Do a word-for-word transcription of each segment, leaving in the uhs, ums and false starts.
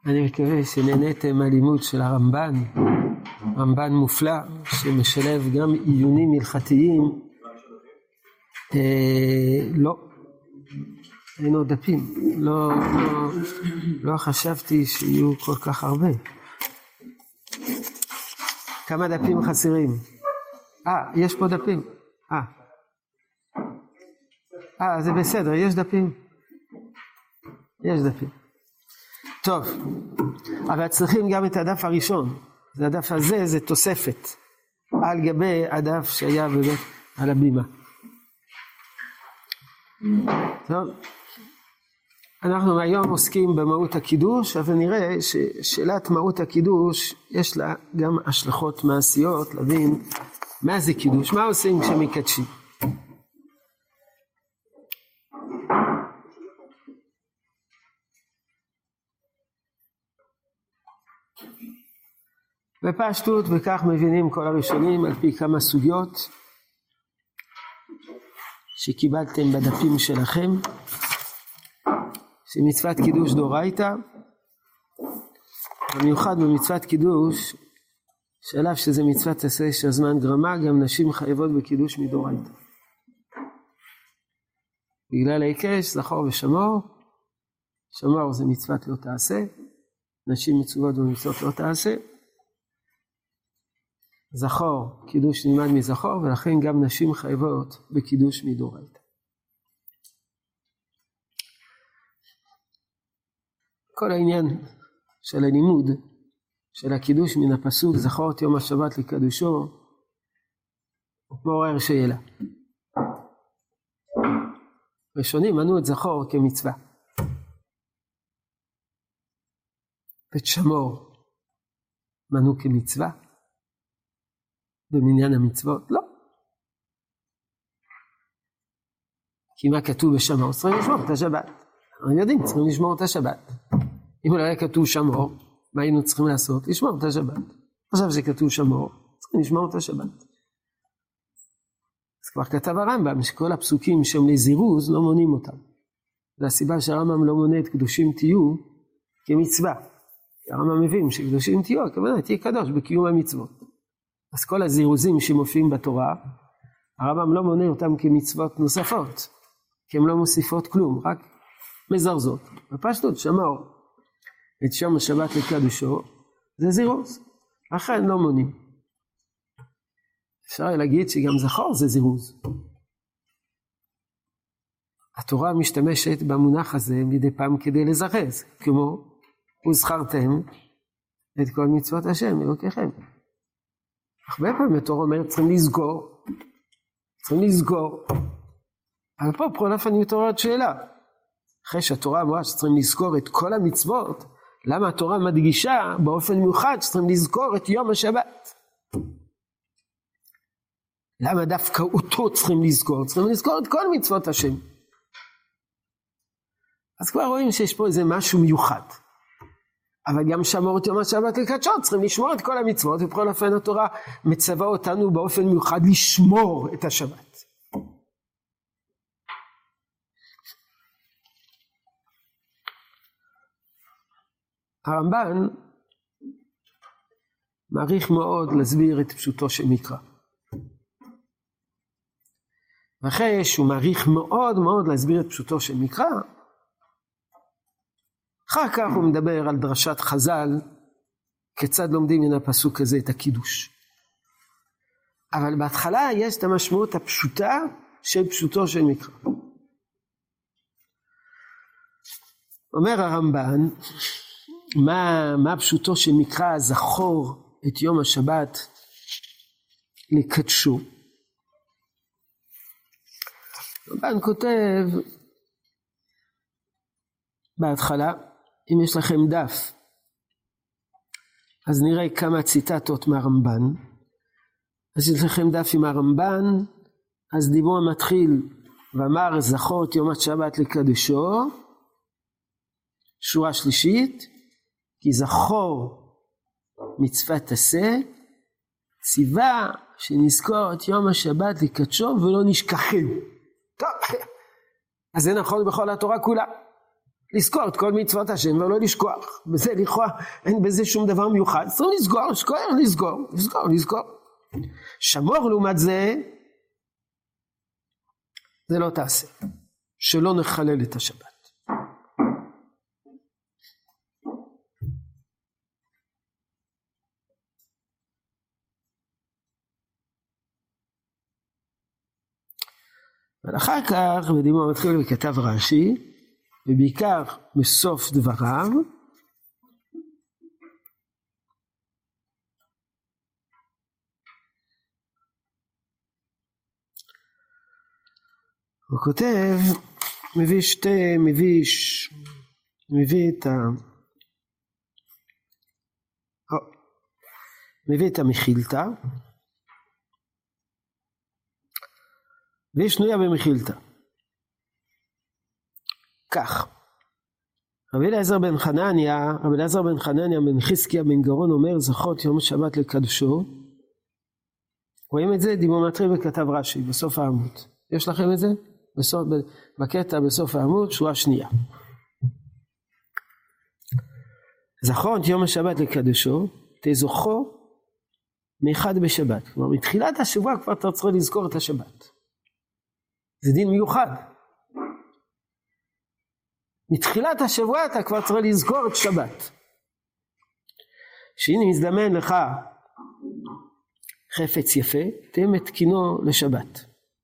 אני מקווה שנהניתם מהלימוד של הרמב"ן, רמב"ן מופלא שמשלב גם עיונים הלכתיים. אה, לא, אין עוד דפים, לא, לא, לא חשבתי שיהיו כל כך הרבה. כמה דפים חסרים? אה, יש פה דפים. אה, אה, זה בסדר, יש דפים. יש דפים. טוב, אבל צריכים גם את הדף הראשון. זה הדף הזה, זה תוספת על גבי הדף שהיה באמת על הבימה. טוב, אנחנו היום עוסקים במהות הקידוש, אבל נראה ששאלת מהות הקידוש יש לה גם השלכות מעשיות, להבין מה זה קידוש, מה עושים כשמקדשים. בפשטות, וכך מבינים כל הראשונים על פי כמה סוגיות שקיבלתם בדפים שלכם, שמצוות קידוש דאורייתא, במיוחד במצוות קידוש, שאלף שזה מצוות עשה שהזמן גרמה, גם נשים חייבות בקידוש מדאורייתא. בגלל ההיקש, זכור ושמור, שמור זה מצוות לא תעשה, נשים מצוות במצוות לא תעשה, זכור, קידוש נלמד מזכור, ולכן גם נשים חייבות בקידוש מדאורייתא. כל העניין של הלימוד, של הקידוש מן הפסוק, זכור את יום השבת לקדושו, הוא מעורר שאלה. ראשונים מנו את זכור כמצווה. ואת שמור מנו כמצווה. במניין המצוות? לא. כי מה כתוב בשמור? צריכים לשמור את השבת. אנחנו יודעים, צריכים לשמור את השבת. אם לא היה כתוב שמור, מה היינו צריכים לעשות? לשמור את השבת. עכשיו שכתוב שמור, צריכים לשמור את השבת. אז כבר כתב הרמב"ם שכל הפסוקים שהם לזירוז לא מונים אותם. זו הסיבה שהרמב"ם לא מונה את קדושים תהיו כמצווה. הרמב"ם מבין שקדושים תהיו, הכוונה תהיה קדוש בקיום המצוות. אז כל הזירוזים שמופיעים בתורה, הרמב"ם לא מונה אותם כמצוות נוספות, כי הן לא מוסיפות כלום, רק מזרזות. בפשטות שמור את יום השבת לקדושו, זה זירוז, לכן לא מונים. אפשר להגיד שגם זכור זה זירוז. התורה משתמשת במונח הזה מדי פעם כדי לזרז, כמו וזכרתם את כל מצוות השם אלוקיכם. הרבה פעמים התורה אומרת צריכים לזכור, צריכים לזכור. אבל פה בכל אופן מתעוררת שאלה. אחרי שהתורה אמרה שצריכים לזכור את כל המצוות, למה התורה מדגישה באופן מיוחד שצריכים לזכור את יום השבת? למה דווקא אותו צריכים לזכור? צריכים לזכור את כל מצוות השם. אז כבר רואים שיש פה איזה משהו מיוחד. אבל גם שמור את יום השבת לקדשו, צריכים לשמור את כל המצוות, ובכל אופן התורה מצווה אותנו באופן מיוחד לשמור את השבת. הרמב"ן מעריך מאוד להסביר את פשוטו של מקרא. ואחרי שהוא מעריך מאוד מאוד להסביר את פשוטו של מקרא, אחר כך הוא מדבר על דרשת חז"ל, כיצד לומדים מן הפסוק הזה את הקידוש. אבל בהתחלה יש את המשמעות הפשוטה של פשוטו של מקרא. אומר הרמב"ן, מה, מה פשוטו של מקרא? זכור את יום השבת לקדשו. הרמב"ן כותב בהתחלה, אם יש לכם דף, אז נראה כמה ציטטות מהרמב"ן. אז יש לכם דף עם הרמב"ן, אז דיבור מתחיל, ואמר זכור את יום השבת לקדשו, שורה שלישית, כי זכור מצוות עשה, ציווה שנזכור את יום השבת לקדשו ולא נשכחנו. טוב, אז זה נכון בכל התורה כולה. לזכור את כל מצוות השם ולא לשכוח. בזה לכאורה אין בזה שום דבר מיוחד. צריך לסגור, לזכור, לסגור, לסגור, לסגור. שמור לעומת זה, זה לא תעשה. שלא נחלל את השבת. אבל אחר כך, בדיבור מתחיל וכתב רש"י, ובעיקר בסוף דבריו, הוא כותב, מביא שתי, מביא, ש... מביא את ה... מביא את המחילתא, והיא שנויה במחילתא. כך, רבי אליעזר בן חנניה, רבי אליעזר בן חנניה בן חזקיה בן גרון אומר, זכות יום השבת לקדשו. רואים את זה? דיבור מתחיל וכתב רש"י בסוף העמוד. יש לכם את זה? בסוף, בקטע בסוף העמוד, שורה שנייה. זכות יום השבת לקדשו, תזוכו מאחד בשבת. כלומר, מתחילת השבוע כבר אתה צריך לזכור את השבת. זה דין מיוחד. מתחילת השבוע אתה כבר צריך לזכור את שבת. שהנה מזדמן לך חפץ יפה, תהיה מתקינו לשבת.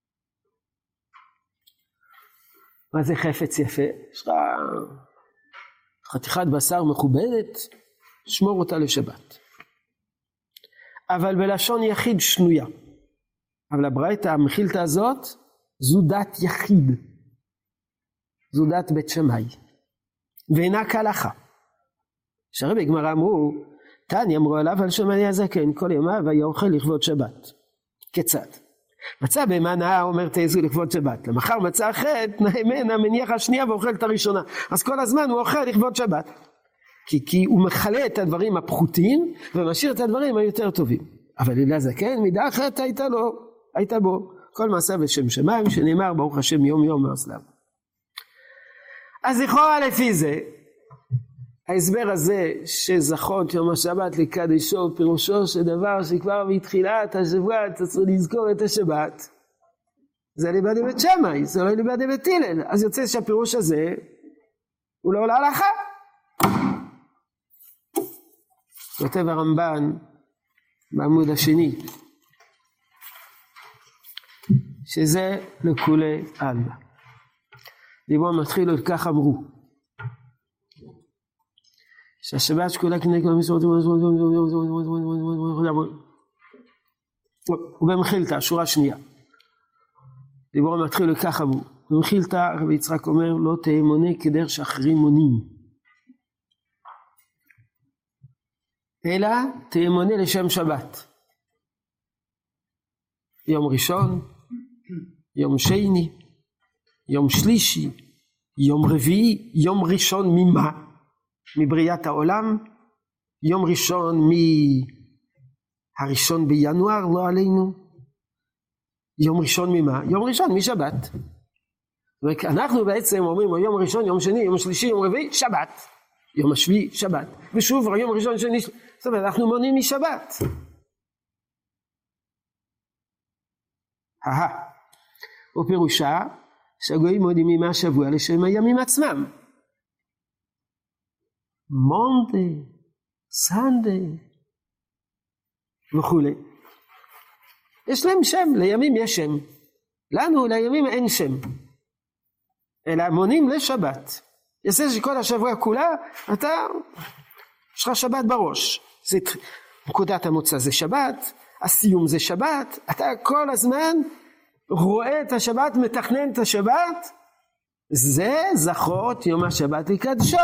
מה זה חפץ יפה? יש לך חתיכת בשר מכובדת, שמור אותה לשבת. אבל בלשון יחיד שנויה. אבל הברייתא המחילתא הזאת, זו דת יחיד. זו דת בית שמאי. ואינה כהלכה. שהרי בגמרא אמרו, תניא אמרו עליו על שמאי הזקן, כל ימיו היה אוכל לכבוד שבת. כיצד? מצא בהמה נאה אומר תעזו לכבוד שבת. למחר מצא אחרת, נהמנה מניח השנייה ואוכל את הראשונה. אז כל הזמן הוא אוכל לכבוד שבת. כי, כי הוא מחלה את הדברים הפחותים, ומשאיר את הדברים היותר טובים. אבל אלה זקן, מידה אחרת הייתה לו, הייתה בו. כל מעשה בשם שמיים, שנאמר ברוך השם יום יום מעשליו. אז לכאורה לפי זה, ההסבר הזה שזכות יום השבת לקדשו, פירושו שדבר שכבר מתחילת השבוע אתה צריך לזכור את השבת, זה ליבא דבית שמאי, זה לא ליבא דבית הלל. אז יוצא שהפירוש הזה הוא לא להלכה. כותב הרמב"ן בעמוד השני, שזה לכולי עלמא. דיבור מתחיל עוד כך אמרו. שהשבת שקולה כנגד במצוות ובמחילתא, שורה שנייה. דיבור מתחיל עוד כך אמרו. במחילתא רבי יצחק אומר לא תהיה מונה כדרך שאחרים מונים. אלא תהיה מונה לשם שבת. יום ראשון, יום שני, יום שלישי, יום רביעי, יום ראשון ממה? מבריאת העולם, יום ראשון מהראשון בינואר, לא עלינו, יום ראשון ממה? יום ראשון משבת. אנחנו בעצם אומרים יום ראשון, יום שני, יום שלישי, יום רביעי, שבת. יום השביעי, שבת. ושוב, יום ראשון, שני, זאת אומרת, אנחנו מונים משבת. אהה. ופירושה שהגויים מודים ימי השבוע לשם הימים עצמם. מונדי, סנדי וכולי. יש להם שם, לימים יש שם. לנו לימים אין שם. אלא מונים לשבת. יעשה שכל השבוע כולה, אתה, יש לך שבת בראש. זה נקודת המוצא זה שבת, הסיום זה שבת, אתה כל הזמן רואה את השבת, מתכנן את השבת, זה זכות יום השבת לקדשו.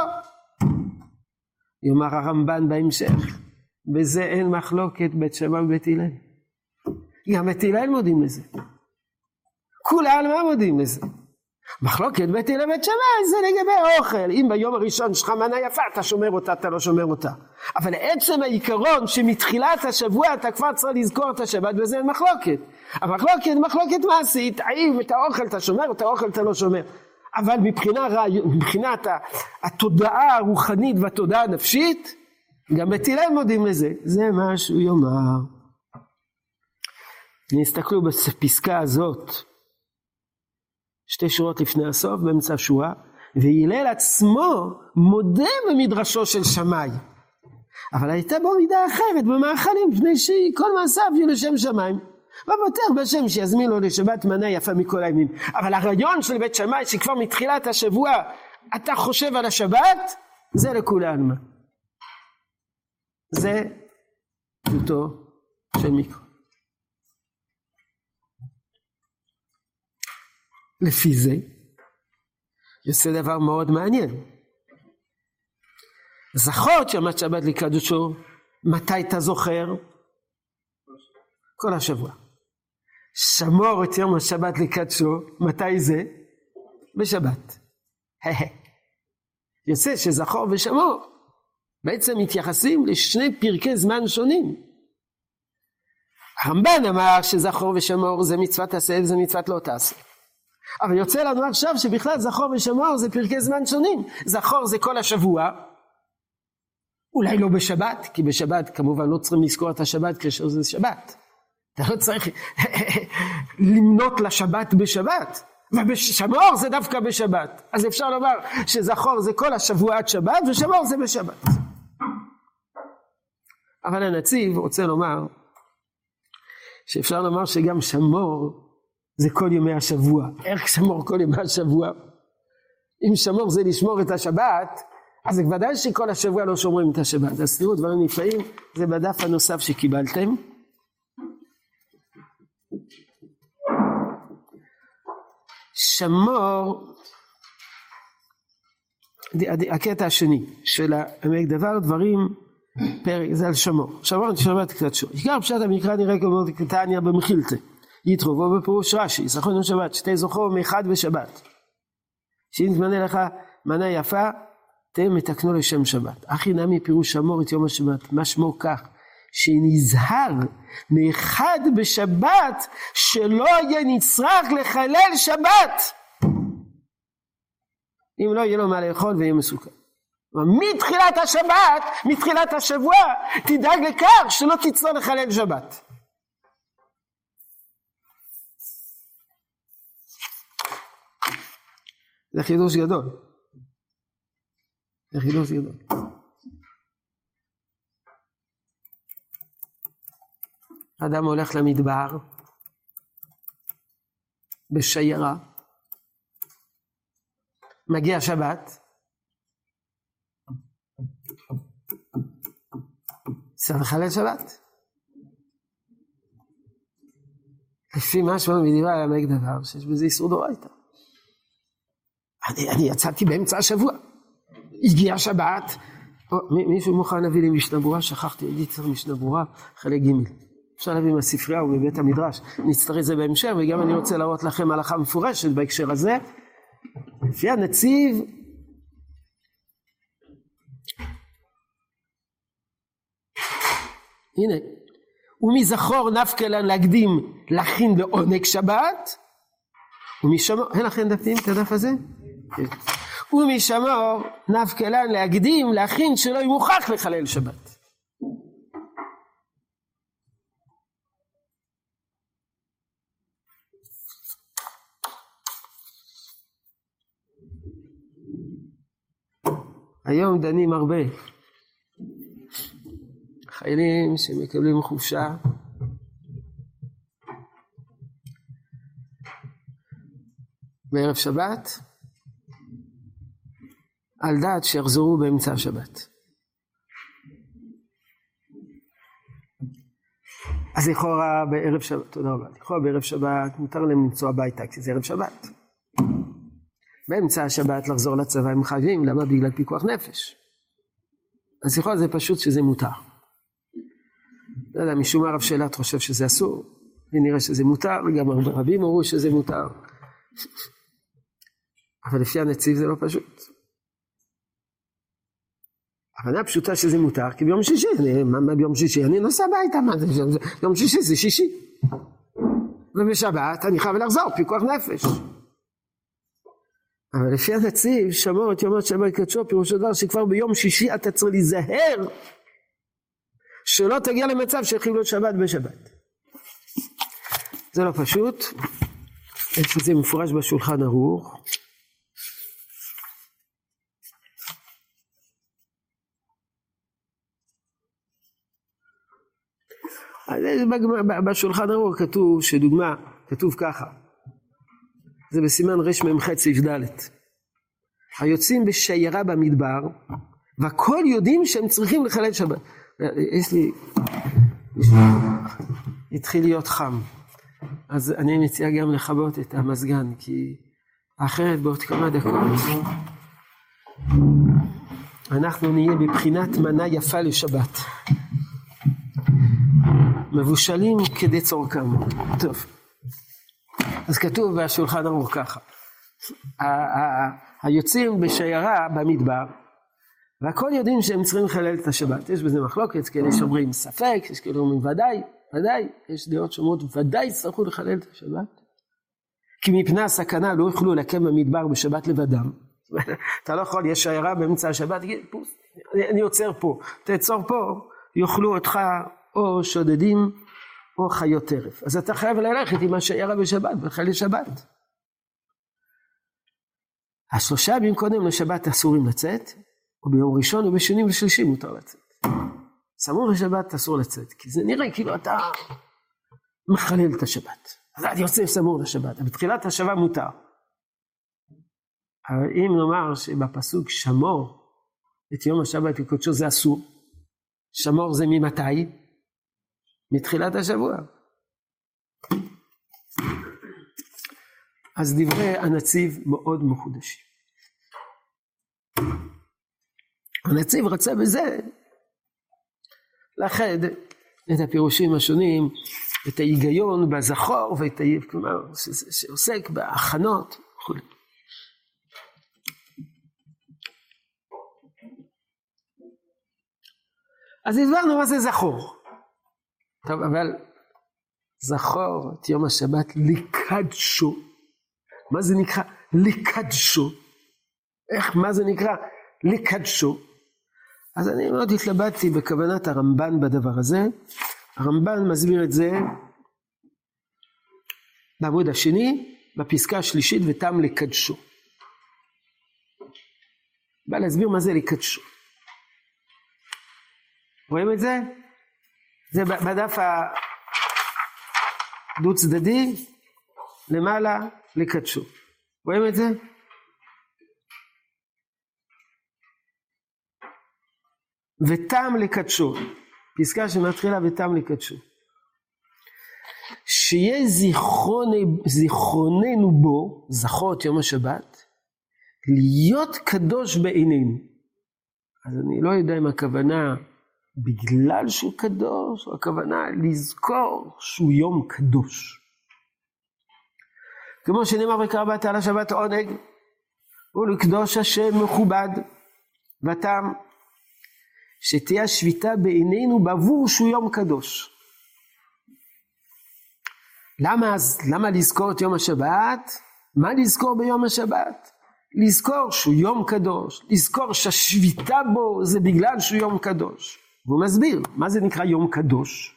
יאמר הרמב"ן בהמשך, בזה אין מחלוקת בית שמאי ובית הלל. גם בית הלל מודים לזה. כולם מה מודים לזה? מחלוקת בית הלל ובית שמאי זה לגבי האוכל. אם ביום הראשון שלך מנה יפה, אתה שומר אותה, אתה לא שומר אותה. אבל עצם העיקרון שמתחילת השבוע אתה כבר צריך לזכור את השבת, בזה אין מחלוקת. המחלוקת, מחלוקת מעשית, האם את האוכל אתה שומר, את האוכל אתה לא שומר. אבל מבחינה, מבחינת התודעה הרוחנית והתודעה הנפשית, גם בית הלל מודים לזה. זה מה שהוא יאמר. נסתכלו בפסקה הזאת, שתי שורות לפני הסוף, באמצע השורה, והלל עצמו מודה במדרשו של שמאי. אבל הייתה בו מידה אחרת במאכלים, לפני שכל מעשיו יהיו לשם שמיים. ובוטח בשם שיזמין לו לשבת מנה יפה מכל הימים. אבל הרעיון של בית שמאי שכבר מתחילת השבוע אתה חושב על השבת, זה לכולנו. זה פשוטו של מיקרו. לפי זה יוצא דבר מאוד מעניין. זכות שמת שבת לקדושו, מתי אתה זוכר? כל השבוע. שמור את יום השבת לקדשו, מתי זה? בשבת. יוצא שזכור ושמור בעצם מתייחסים לשני פרקי זמן שונים. הרמב"ן אמר שזכור ושמור זה מצוות תעשה וזה מצוות לא תעשה. אבל יוצא לנו עכשיו שבכלל זכור ושמור זה פרקי זמן שונים. זכור זה כל השבוע, אולי לא בשבת, כי בשבת כמובן לא צריכים לזכור את השבת כאשר זה שבת. אתה לא צריך למנות לשבת בשבת, ובשמור זה דווקא בשבת. אז אפשר לומר שזכור זה כל השבוע עד שבת, ושמור זה בשבת. אבל הנציב רוצה לומר, שאפשר לומר שגם שמור זה כל ימי השבוע. איך שמור כל ימי השבוע? אם שמור זה לשמור את השבת, אז זה ודאי שכל השבוע לא שומרים את השבת. אז תראו דברים נפלאים, זה בדף הנוסף שקיבלתם. שמור, הקטע השני של העמק דבר, דברים, פרק, זה על שמור. שמור שבת קדשו. עיקר פשט המקרא נראה כמו קטניה במחילתא. יתרובו בפירוש רש"י, זכור יום שבת, שתי זוכרו מאחד בשבת. שאם תמנה לך מנה יפה, אתם מתקנו לשם שבת. אחי נמי פירוש שמור את יום השבת, מה שמו כך, שנזהר מאחד בשבת, שלא יהיה נצרך לחלל שבת. אם לא יהיה לו מה לאכול ויהיה מסוכן. מתחילת השבת, מתחילת השבוע, תדאג לכך שלא תצטרך לחלל שבת. זה חידוש גדול. זה חידוש גדול. אדם הולך למדבר, בשיירה, מגיע שבת, צריך לחלל שבת. לפי מה שמונה מדבר היה מק דבר, שיש בזה איסור דאורייתא. אני, אני יצאתי באמצע השבוע, הגיע שבת, או, מישהו מוכן להביא לי משנה ברורה, שכחתי, אני צריך משנה ברורה, חלק ג' אפשר להביא מהספרייה ומבית המדרש, נצטרך את זה בהמשך, וגם אני רוצה להראות לכם הלכה מפורשת בהקשר הזה. לפי הנציב, הנה, ומזכור נפקלן להקדים להכין לעונג שבת, ומשמור, אין לכם דפים את הדף הזה? ומשמור נפקלן להקדים להכין שלא ימוכח לחלל שבת. היום דנים הרבה חיילים שמקבלים חופשה בערב שבת על דעת שיחזרו באמצע השבת. אז לכאורה בערב שבת, תודה רבה, לכאורה בערב שבת מותר להם למצוא הביתה כי זה ערב שבת. באמצע השבת לחזור לצבא הם חייבים, למה? בגלל פיקוח נפש. אז לכאורה זה פשוט שזה מותר. לא יודע, משום הרב שאלת חושב שזה אסור, ונראה שזה מותר, גם רבים אמרו שזה מותר. אבל לפי הנציב זה לא פשוט. הבנה פשוטה שזה מותר, כי ביום שישי, אני, מה, מה ביום שישי? אני נוסע הביתה, מה זה? ביום שישי זה שישי. ובשבת אני חייב לחזור, פיקוח נפש. אבל לפי הנציב, שמור את יום השבת קדשו, פירושו דבר שכבר ביום שישי אתה צריך להיזהר, שלא תגיע למצב שחילול שבת בשבת. זה לא פשוט, יש את זה מפורש בשולחן ערוך. בשולחן ערוך כתוב, שדוגמה, כתוב ככה, זה בסימן רש ממחץ סעיף ד', היוצאים בשיירה במדבר, והכל יודעים שהם צריכים לחלל שבת. יש לי, התחיל להיות חם, אז אני מציע גם לכבות את המזגן, כי אחרת בעוד כמה דקות אנחנו נהיה בבחינת מנה יפה לשבת, מבושלים כדי צורכם. טוב, אז כתוב בשולחן ערוך ככה, היוצאים בשיירה במדבר, והכל יודעים שהם צריכים לחלל את השבת. יש בזה מחלוקת, כאלה שאומרים ספק, יש כאלה אומרים ודאי, ודאי, יש דעות שאומרות ודאי צריכו לחלל את השבת, כי מפני הסכנה לא יוכלו לקם במדבר בשבת לבדם. אתה לא יכול, יש שיירה באמצע השבת, תגיד, פוס, אני עוצר פה, תעצור פה, יאכלו אותך או שודדים או חיות טרף. אז אתה חייב ללכת עם השיירה בשבת, ולחלל שבת. השלושה ימים קודם לשבת אסורים לצאת, או ביום ראשון ובשני ושלישי מותר לצאת. סמוך לשבת אסור לצאת, כי זה נראה כאילו אתה מחלל את השבת. אז אתה יוצא סמוך לשבת, בתחילת השבת מותר. אבל אם נאמר שבפסוק שמור את יום השבת וקודשו זה אסור, שמור זה ממתי? מתחילת השבוע. אז דברי הנציב מאוד מחודשים. הנציב רצה בזה לאחד את הפירושים השונים, את ההיגיון בזכור, ואת ה... כלומר, שעוסק בהכנות וכו'. אז הסברנו מה זה זכור. טוב, אבל זכור את יום השבת לקדשו. מה זה נקרא לקדשו? איך, מה זה נקרא לקדשו? אז אני מאוד התלבטתי בכוונת הרמב"ן בדבר הזה. הרמב"ן מסביר את זה בעמוד השני, בפסקה השלישית, ותם לקדשו. בא להסביר מה זה לקדשו. רואים את זה? זה בדף הדו צדדי, למעלה לקדשו. רואים את זה? ותם לקדשו. פסקה שמתחילה ותם לקדשו. שיהיה זיכרוננו, זיכרוננו בו, זכור את יום השבת, להיות קדוש בעינינו. אז אני לא יודע אם הכוונה בגלל שהוא קדוש, או הכוונה לזכור שהוא יום קדוש. כמו שנאמר בקרבת על השבת עונג, ולקדוש השם מכובד, ותם, שתהיה שביתה בעינינו בעבור שהוא יום קדוש. למה אז, למה לזכור את יום השבת? מה לזכור ביום השבת? לזכור שהוא יום קדוש, לזכור שהשביתה בו זה בגלל שהוא יום קדוש. והוא מסביר, מה זה נקרא יום קדוש?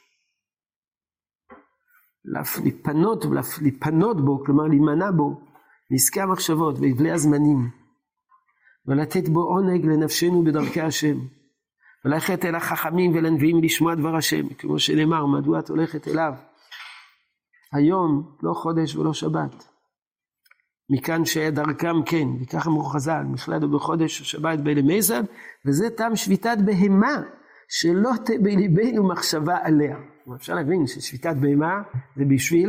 לפנות, לפנות בו, כלומר להימנע בו, מעסקי המחשבות והבלי הזמנים, ולתת בו עונג לנפשנו בדרכי השם, וללכת אל החכמים ולנביאים לשמוע דבר השם, כמו שנאמר, מדוע את הולכת אליו? היום לא חודש ולא שבת. מכאן שהיה דרכם כן, וככה אמרו חז"ל, מכלד בחודש שבת בלמזל, וזה טעם שביתת בהמה, שלא תהיה בליבנו מחשבה עליה. אפשר להבין ששביתת בהמה זה בשביל?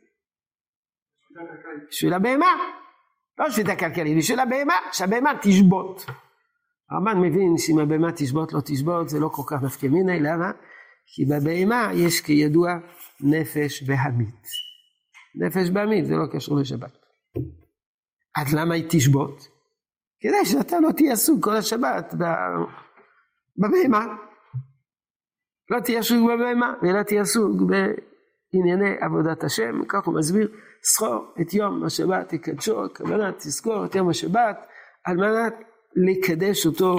בשביל הבהמה. לא שביתה כלכלית, בשביל הבהמה, שהבהמה תשבות. הרמב"ן מבין שאם הבהמה תשבות לא תשבות, זה לא כל כך נפקא מינה, למה? כי בבהמה יש כידוע נפש בהמית. נפש בהמית זה לא קשור לשבת. אז למה היא תשבות? כדי שאתה לא תהיה עסוק כל השבת בבהמה. לא תהיה עסוק בבהמה, ולא תהיה עסוק בענייני עבודת השם. כך הוא מסביר, זכור את יום השבת תקדשו, הכוונה תזכור את יום השבת על מנת לקדש אותו.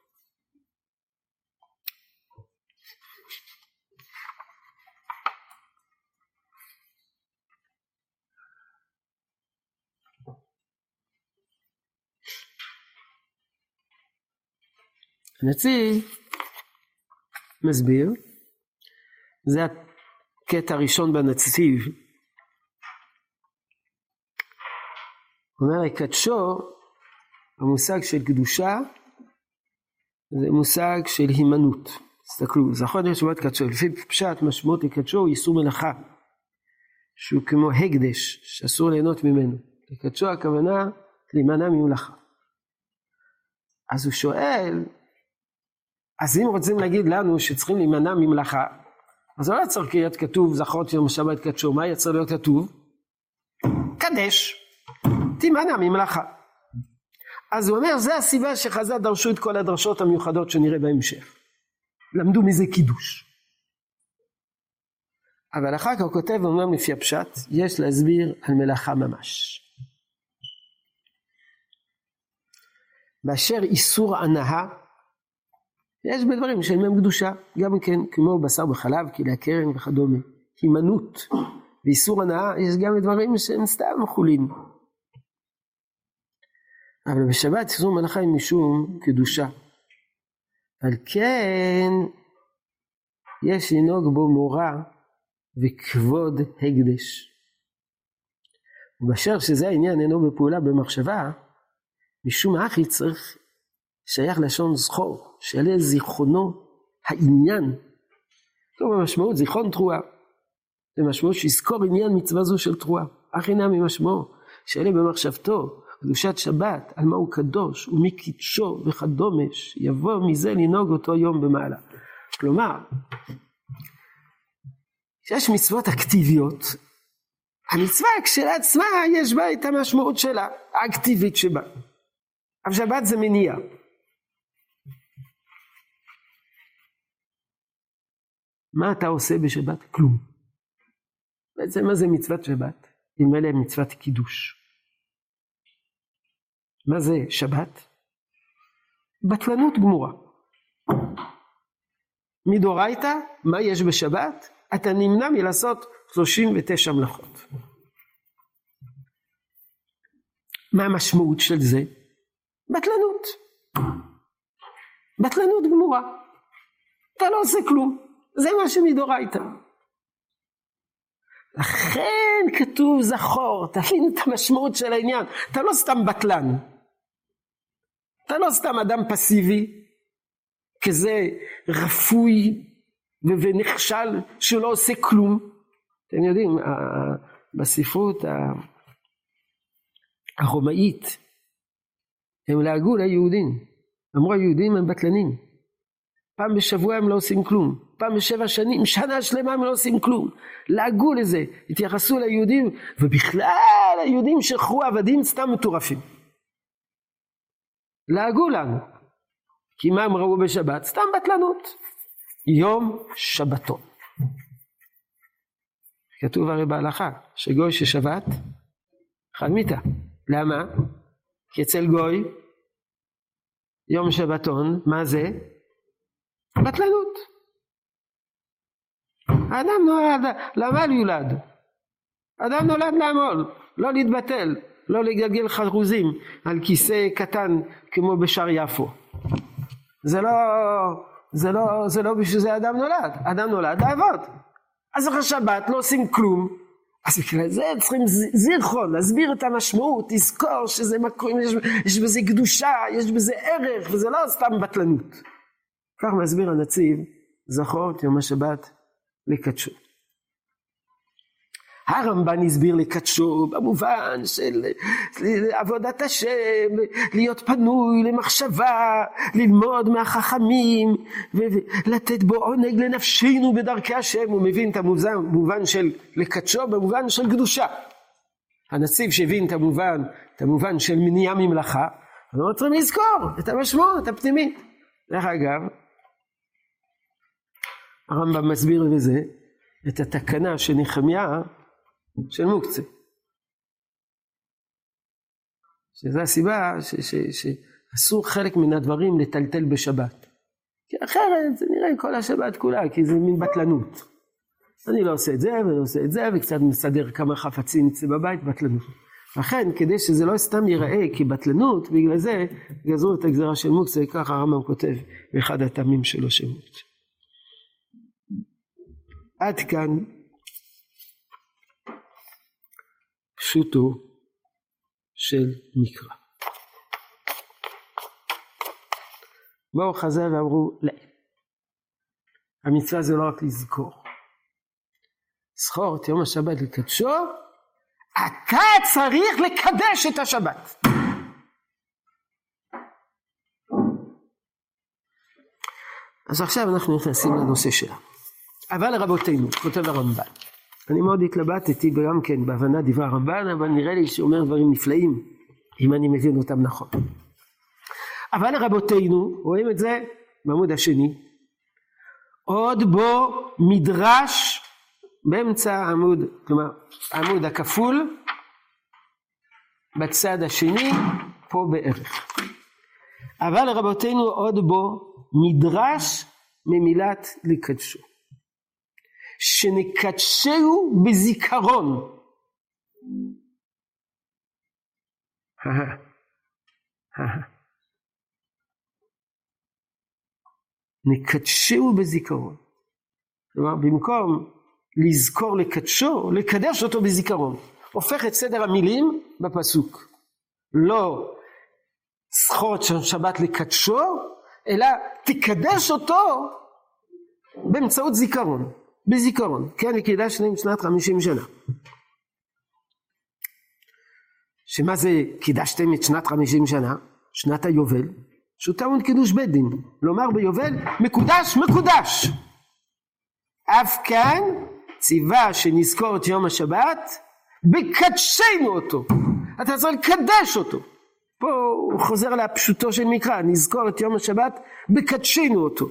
הנציב מסביר, זה הקטע הראשון בנציב, הוא אומר לקדשו, המושג של קדושה זה מושג של הימנעות. תסתכלו, זכור את שבת קדשו, לפי פשט משמעות לקדשו הוא איסור מלאכה, שהוא כמו הקדש שאסור ליהנות ממנו. לקדשו הכוונה להימנע ממלאכה. אז הוא שואל, אז אם רוצים להגיד לנו שצריכים להימנע ממלאכה, אז לא צריך להיות כתוב זכור את יום השבת קדשו, מה יצא להיות כתוב? קדש, תימנע ממלאכה. אז הוא אומר, זה הסיבה שחז"ל דרשו את כל הדרשות המיוחדות שנראה בהמשך. למדו מזה קידוש. אבל אחר כך הוא כותב, אומנם לפי הפשט, יש להסביר על מלאכה ממש. באשר איסור הנאה, יש בדברים שאין מהם קדושה, גם כן כמו בשר בחלב, כלי הקרן וכדומה. הימנעות ואיסור הנאה, יש גם דברים שהם סתם חולין. אבל בשבת איסור מלאכה היא משום קדושה. על כן יש לנהוג בו מורא וכבוד הקדש. ובאשר שזה העניין אינו בפעולה במחשבה, משום אחי צריך שייך לשון זכור, שעלה זיכרונו העניין. טוב, במשמעות זיכרון תרועה. זה משמעות שיזכור עניין מצווה זו של תרועה. אחי נמי משמעו, שעלה במחשבתו, קדושת שבת, על מהו קדוש ומי קידשו וכדומש, יבוא מזה לנהוג אותו יום במעלה. כלומר, שיש מצוות אקטיביות, המצווה כשלעצמה יש בה את המשמעות שלה, האקטיבית שבה. אבל שבת זה מניע. מה אתה עושה בשבת? כלום. בעצם מה זה מצוות שבת? אם אלה מצוות קידוש. מה זה שבת? בטלנות גמורה. מדאורייתא, מה יש בשבת? אתה נמנע מלעשות שלושים ותשע מלאכות. מה המשמעות של זה? בטלנות. בטלנות גמורה. אתה לא עושה כלום. זה מה שמדאורייתא. לכן כתוב זכור, תבין את המשמעות של העניין. אתה לא סתם בטלן. אתה לא סתם אדם פסיבי, כזה רפוי ונכשל שלא עושה כלום. אתם יודעים, בספרות הרומאית, הם לעגו ליהודים. אמרו היהודים הם בטלנים. פעם בשבוע הם לא עושים כלום. פעם בשבע שנים, שנה שלמה הם לא עושים כלום. לעגו לזה, התייחסו ליהודים, ובכלל היהודים שכרו עבדים סתם מטורפים. לעגו לנו. כי מה הם ראו בשבת? סתם בטלנות. יום שבתון. כתוב הרי בהלכה, שגוי ששבת, חד מיתה. למה? כי אצל גוי, יום שבתון, מה זה? בטלנות. האדם נולד, לעמל יולד. האדם נולד לעמול, לא להתבטל, לא לגלגל חרוזים על כיסא קטן כמו בשער יפו. זה לא, זה לא, זה לא בשביל זה אדם נולד. אדם נולד לעבוד. אז אחרי שבת לא עושים כלום. אז בגלל זה צריכים זיכרון, להסביר את המשמעות, לזכור שזה מקום, יש, יש בזה קדושה, יש בזה ערך, וזה לא סתם בטלנות. כך מסביר הנציב, זכור את יום השבת לקדשו. הרמב"ן הסביר לקדשו במובן של עבודת השם, להיות פנוי למחשבה, ללמוד מהחכמים, ולתת בו עונג לנפשנו בדרכי השם. הוא מבין את המובן, המובן של לקדשו במובן של קדושה. הנציב שהבין את המובן, את המובן של מניעה ממלאכה, אנחנו צריכים לזכור את המשמעות הפנימית. דרך אגב, הרמב"ם מסביר בזה את התקנה של נחמיה של מוקצה. שזו הסיבה שאסור חלק מן הדברים לטלטל בשבת. כי אחרת זה נראה כל השבת כולה, כי זה מין בטלנות. אני לא עושה את זה ולא עושה את זה, וקצת מסדר כמה חפצים אצלי בבית, בטלנות. לכן, כדי שזה לא סתם ייראה כבטלנות, בגלל זה גזרו את הגזרה של מוקצה, ככה הרמב"ם כותב באחד הטעמים שלו של מוקצה. עד כאן פשוטו של מקרא. באו חז"ל ואמרו, לא. המצווה זה לא רק לזכור. זכור את יום השבת לקדשו, אתה צריך לקדש את השבת. אז עכשיו אנחנו נכנסים לנושא שלה. אבל רבותינו, כותב הרמב"ן, אני מאוד התלבטתי גם כן בהבנת דברי הרמב"ן, אבל נראה לי שאומר דברים נפלאים, אם אני מבין אותם נכון. אבל רבותינו, רואים את זה בעמוד השני, עוד בו מדרש באמצע העמוד, כלומר העמוד הכפול, בצד השני, פה בערך. אבל רבותינו עוד בו מדרש ממילת לקדשו. שנקדשהו בזיכרון. נקדשהו בזיכרון. כלומר, במקום לזכור לקדשו, לקדש אותו בזיכרון. הופך את סדר המילים בפסוק. לא זכור את שבת לקדשו, אלא תקדש אותו באמצעות זיכרון. בזיכרון. כן, קידשתם שנת חמישים שנה. שמה זה קידשתם את שנת חמישים שנה? שנת היובל. שהוא טעון קידוש בית דין. לומר ביובל, מקודש, מקודש. אף כאן ציווה שנזכור את יום השבת, בקדשנו אותו. אתה צריך לקדש אותו. פה הוא חוזר לפשוטו של מקרא, נזכור את יום השבת, בקדשנו אותו.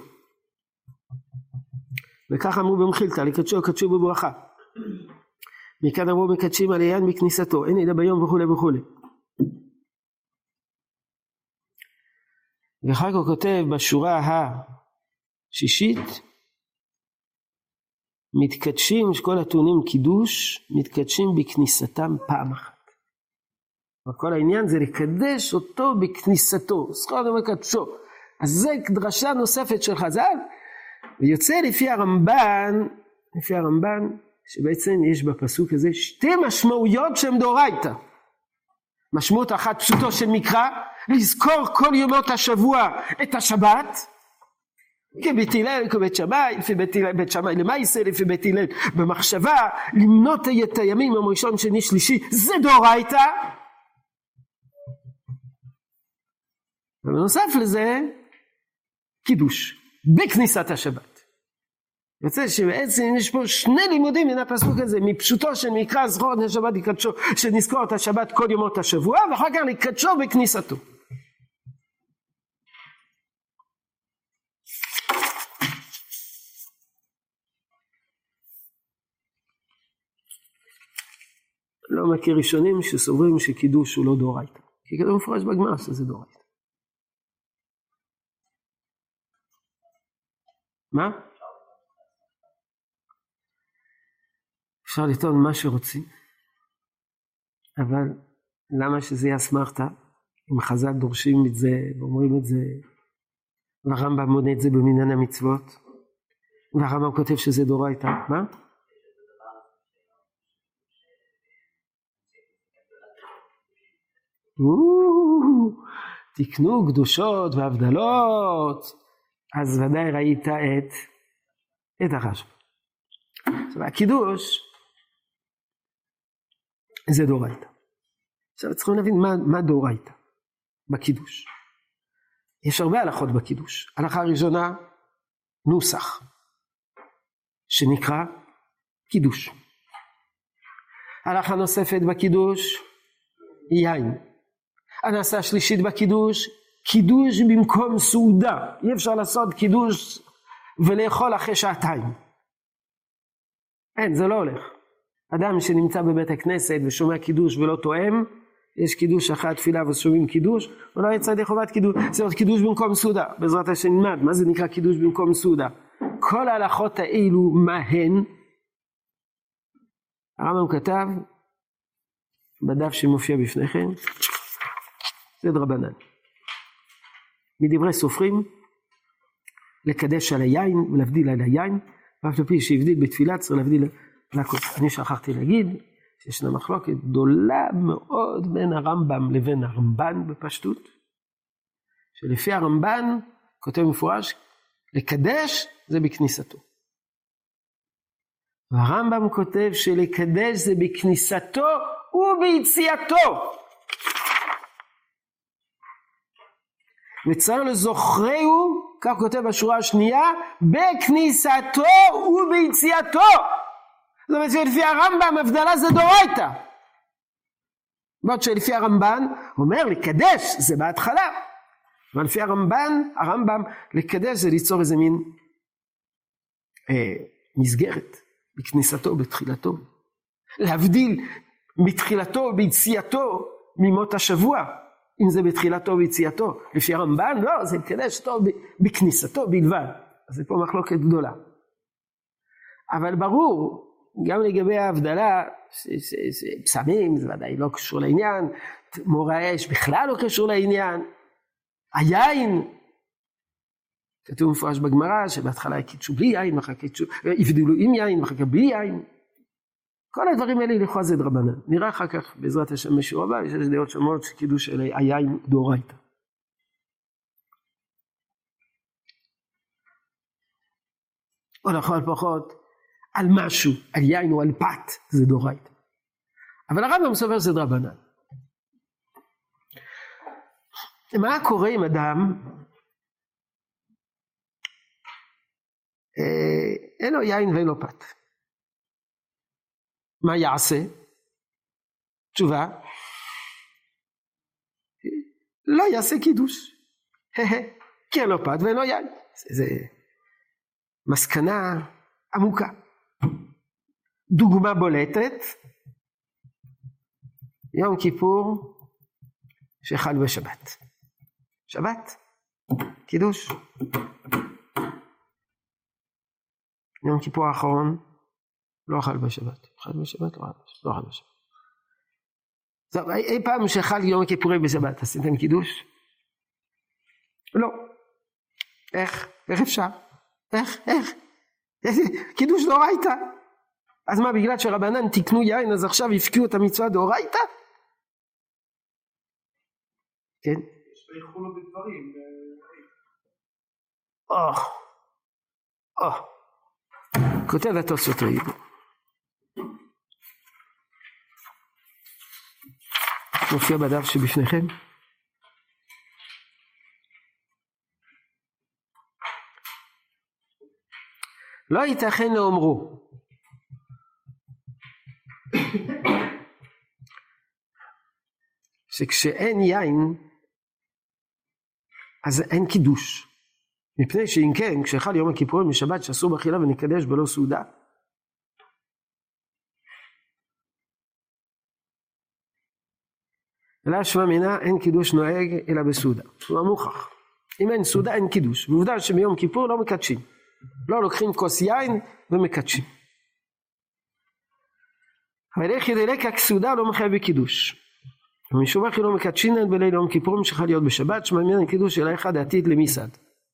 וכך אמרו במחילתא, לקדשו קדשו בברכה. מכאן אמרו מקדשים על העניין מכניסתו, אין אלא ביום וכו' וכו'. ואחר כך כותב בשורה השישית, מתקדשים, שכל הטעונים קידוש, מתקדשים בכניסתם פעם אחת. וכל העניין זה לקדש אותו בכניסתו, זכור אותו מקדשו. אז זה דרשה נוספת של חז"ל, ויוצא לפי הרמב"ן, לפי הרמב"ן, שבעצם יש בפסוק הזה שתי משמעויות שהן דאורייתא. משמעות אחת פשוטו של מקרא, לזכור כל ימות השבוע את השבת, כבית הלל, כבית שמאי, לפי בית הלל, בית שמאי למעשה, לפי בית הלל, במחשבה, למנות את הימים הראשון, שני, שלישי, זה דאורייתא. ובנוסף לזה, קידוש, בכניסת השבת. יוצא שבעצם יש פה שני לימודים מן הפסוק הזה, מפשוטו של מקרא זכור את השבת לקדשו, שנזכור את השבת כל ימות השבוע, ואחר כך לקדשו בכניסתו. לא מכיר ראשונים שסוברים שקידוש הוא לא דאורייתא. כי כתוב מפורש בגמרא שזה דאורייתא. מה? אפשר לטעון מה שרוצים, אבל למה שזה יהיה אסמכתא? אם חז"ל דורשים את זה ואומרים את זה, והרמב"ם מונה את זה במניין המצוות, והרמב"ם כותב שזה דאורייתא, מה? תקנו קדושות והבדלות, אז ודאי ראית את את הרשב"א. עכשיו הקידוש זה דאורייתא. עכשיו צריכים להבין מה, מה דאורייתא בקידוש. יש הרבה הלכות בקידוש. הלכה הראשונה נוסח שנקרא קידוש. הלכה נוספת בקידוש יין. הנעשה השלישית בקידוש, קידוש במקום סעודה. אי אפשר לעשות קידוש ולאכול אחרי שעתיים. אין, זה לא הולך. אדם שנמצא בבית הכנסת ושומע קידוש ולא תואם, יש קידוש אחת תפילה ושומעים קידוש, או לא יצא ידי חובת קידוש, זאת אומרת קידוש במקום סעודה, בעזרת השם נלמד, מה זה נקרא קידוש במקום סעודה? כל ההלכות האלו, מה הן? הרמב"ם כתב, בדף שמופיע בפניכם, זה דרבנן. מדברי סופרים, לקדש על היין ולהבדיל על היין, ואף לפי שהבדיל בתפילה צריך להבדיל על הכוס. אני שכחתי להגיד, שישנה מחלוקת גדולה מאוד בין הרמב"ם לבין הרמב"ן בפשטות, שלפי הרמב"ן כותב מפורש, לקדש זה בכניסתו. והרמב"ם כותב שלקדש זה בכניסתו וביציאתו. וצריך לזוכרהו, כך כותב בשורה השנייה, בכניסתו וביציאתו. זאת אומרת שלפי הרמב"ם הבדלה זה דורייתא. בעוד שלפי הרמב"ן אומר לקדש זה בהתחלה. אבל לפי הרמב"ן, הרמב"ם לקדש זה ליצור איזה מין אה, מסגרת בכניסתו ובתחילתו. להבדיל מתחילתו וביציאתו ממות השבוע. אם זה בתחילתו וביציאתו. לפי הרמב"ן לא, זה לקדש טוב בכניסתו בלבד. אז זה פה מחלוקת גדולה. אבל ברור, גם לגבי ההבדלה, פסמים זה ודאי לא קשור לעניין, מור האש בכלל לא קשור לעניין, היין, כתוב מפורש בגמרא, שבהתחלה קידשו בלי יין, אחר קידשו, הבדילו עם יין, אחר כך בלי יין, כל הדברים האלה לכאורה זה דרבנן, נראה אחר כך בעזרת השם בשיעור הבא, יש דעות שונות שקידוש אלי היין דאורייתא. או לכל פחות, על משהו, על יין או על פת, זה דאורייתא. אבל הרמב"ם סובר זה דרבנן. מה קורה עם אדם, אה, אין לו יין ואין לו פת? מה יעשה? תשובה, לא יעשה קידוש. כי אין לו פת ואין לו יין. זה מסקנה עמוקה. דוגמה בולטת, יום כיפור שחל בשבת. שבת, קידוש. יום כיפור האחרון לא אכל בשבת. אכל בשבת? לא אכל בשבת. זו, אי פעם שחל יום כיפורי בשבת, עשיתם קידוש? לא. איך? איך אפשר? איך? איך? קידוש דאורייתא. אז מה, בגלל שרבנן תקנו יין, אז עכשיו יפקיעו את המצווה דאורייתא? כן? שיחו לו בדברים. או, או. כותב התוספות רעיב. מופיע בדף שבפניכם. לא ייתכן לאומרו. שכשאין יין, אז אין קידוש. מפני שאם כן, כשחל יום הכיפורים משבת שאסור באכילה ונקדש בלא סעודה. אלא שמע מינה, אין קידוש נוהג אלא בסעודה. הוא מוכח. אם אין סעודה אין קידוש. ועובדה שביום כיפור לא מקדשים. לא לוקחים כוס יין ומקדשים. אבל איך ידלק הכסעודה לא מחייב בקידוש. ומשום אחי לא מקדשינן בליל יום כיפורים שחל להיות בשבת, שמע מינה קידוש אלא אחד העתיד למיסד.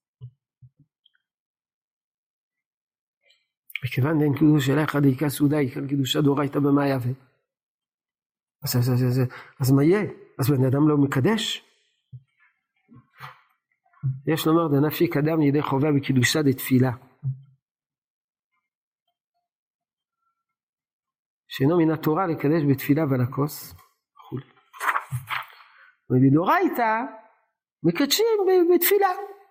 וכיוון אין קידוש אלא אחד העיקה סעודה, העיקה קידושה דאורייתא במה יהווה. אז, אז, אז, אז, אז מה יהיה? אז בן אדם לא מקדש? יש לומר דנפשי קדם ידי חובה בקידושה דתפילה. שאינו מן התורה לקדש בתפילה ולכוס. ובדאורייתא מקדשים בתפילה.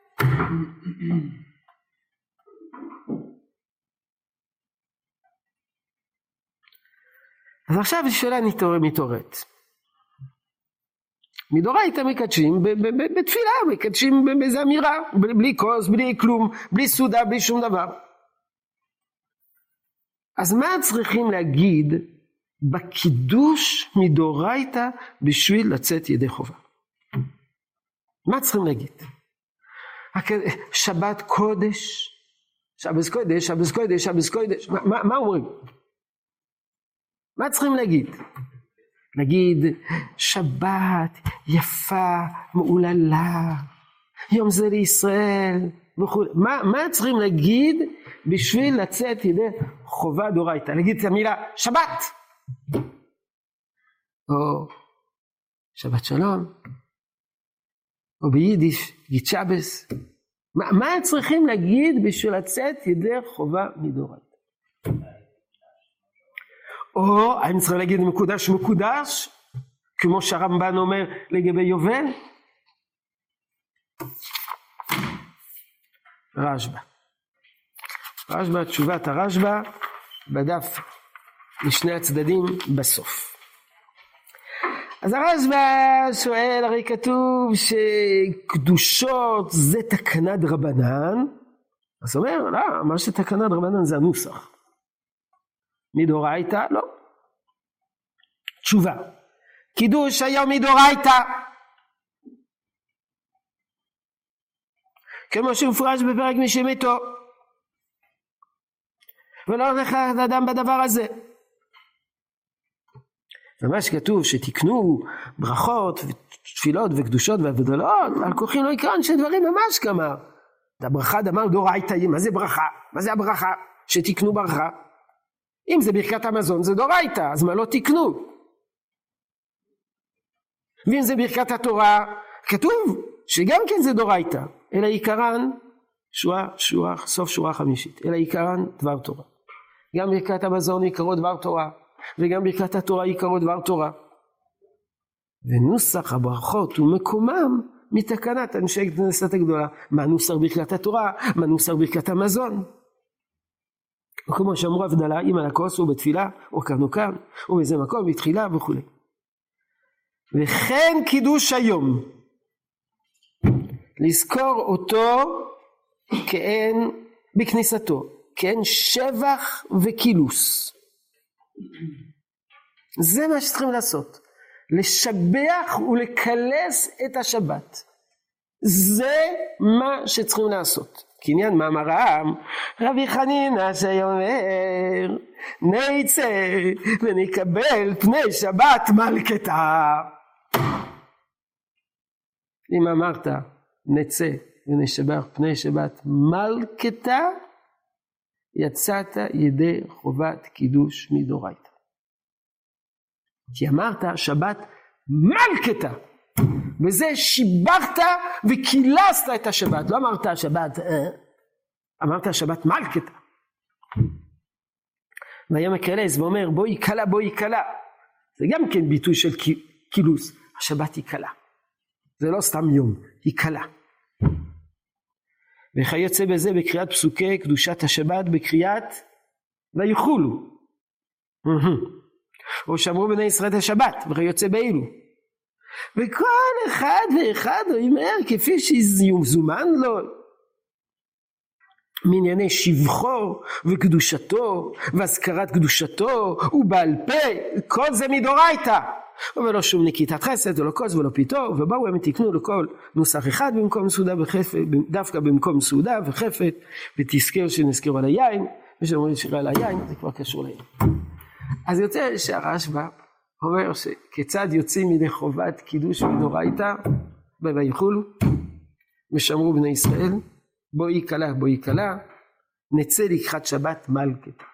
אז עכשיו השאלה מתעוררת. מדאורייתא מקדשים בתפילה, מקדשים באיזו אמירה, בלי כוס, בלי כלום, בלי סעודה, בלי שום דבר. אז מה צריכים להגיד בקידוש מדאורייתא בשביל לצאת ידי חובה. מה צריכים להגיד? שבת קודש, שבת קודש, שבת קודש, שבת קודש, מה, מה, מה אומרים? מה צריכים להגיד? נגיד שבת יפה, מעוללה, יום זה לישראל וכו'. מה, מה צריכים להגיד בשביל לצאת ידי חובה דאורייתא? להגיד את המילה שבת, או שבת שלום, או ביידיש גיד שבס. מה, מה צריכים להגיד בשביל לצאת ידי חובה מדאורייתא? או האם צריכים להגיד מקודש מקודש, כמו שהרמב"ן אומר לגבי יובל? רשב"א. רשב"א, תשובת הרשב"א, בדף לשני הצדדים בסוף. אז הרשב"א שואל, הרי כתוב שקדושות זה תקנה דרבנן, אז הוא אומר, לא, מה שתקנה דרבנן זה הנוסח. מדאורייתא? לא. תשובה, קידוש היום מדאורייתא, כמו שמפורש בפרק מי שמתו, ולא הולך לאדם בדבר הזה. ומה שכתוב שתקנו ברכות ותפילות וקדושות והבדלות, על כוחים לא יקרן שדברים ממש כמה. הברכה דמר דאורייתא, מה זה ברכה? מה זה הברכה? שתקנו ברכה. אם זה ברכת המזון זה דאורייתא, אז מה לא תקנו? ואם זה ברכת התורה, כתוב שגם כן זה דאורייתא, אלא עיקרן שורה, שורה, סוף שורה חמישית, אלא עיקרן דבר תורה. גם ברכת המזון עיקרו דבר תורה, וגם ברכת התורה עיקרו דבר תורה. ונוסח הברכות ומקומם מתקנת אנשי כנסת הגדולה. מה נוסח ברכת התורה? מה נוסח ברכת המזון? כמו שאמרו הבדלה, אם על הכוס או בתפילה או כאן או כאן או באיזה מקום בתחילה וכו'. וכן קידוש היום, לזכור אותו כאין בכניסתו, כאין שבח וקילוס. זה מה שצריכים לעשות, לשבח ולקלס את השבת. זה מה שצריכים לעשות. קניין מאמר העם, רבי חנינא שאומר, נצא ונקבל פני שבת מלכתא. אם אמרת נצא ונשבח פני שבת מלכתא, יצאת ידי חובת קידוש מדאורייתא. כי אמרת שבת מלכתא, וזה שיבחת וקילסת את השבת. לא אמרת השבת, אמרת השבת מלכתא. והיה מקלס ואומר בואי קלה בואי קלה, זה גם כן ביטוי של קילוס. השבת היא קלה, זה לא סתם יום, היא קלה. וכיוצא בזה בקריאת פסוקי קדושת השבת, בקריאת ויחולו, או שמרו בני ישראל את השבת, וכיוצא באילו. וכל אחד ואחד אומר כפי שיזומן לו מענייני שבחו וקדושתו והזכרת קדושתו ובעל פה, כל זה מדאורייתא. ולא שום נקיטת חסד ולא כוס ולא פיתו, ובאו הם תקנו לכל נוסח אחד במקום סעודה וחפת, דווקא במקום סעודה וחפת, ותזכר שנזכרו על היין, ושאומרים שירה על היין, זה כבר קשור ליין. אז יוצא שהרשב"א אומר שכיצד יוצאים מידי חובת קידוש מדאורייתא, ויחולו, ושמרו בני ישראל, בואי קלה בואי קלה, נצא לקראת שבת מלכתא.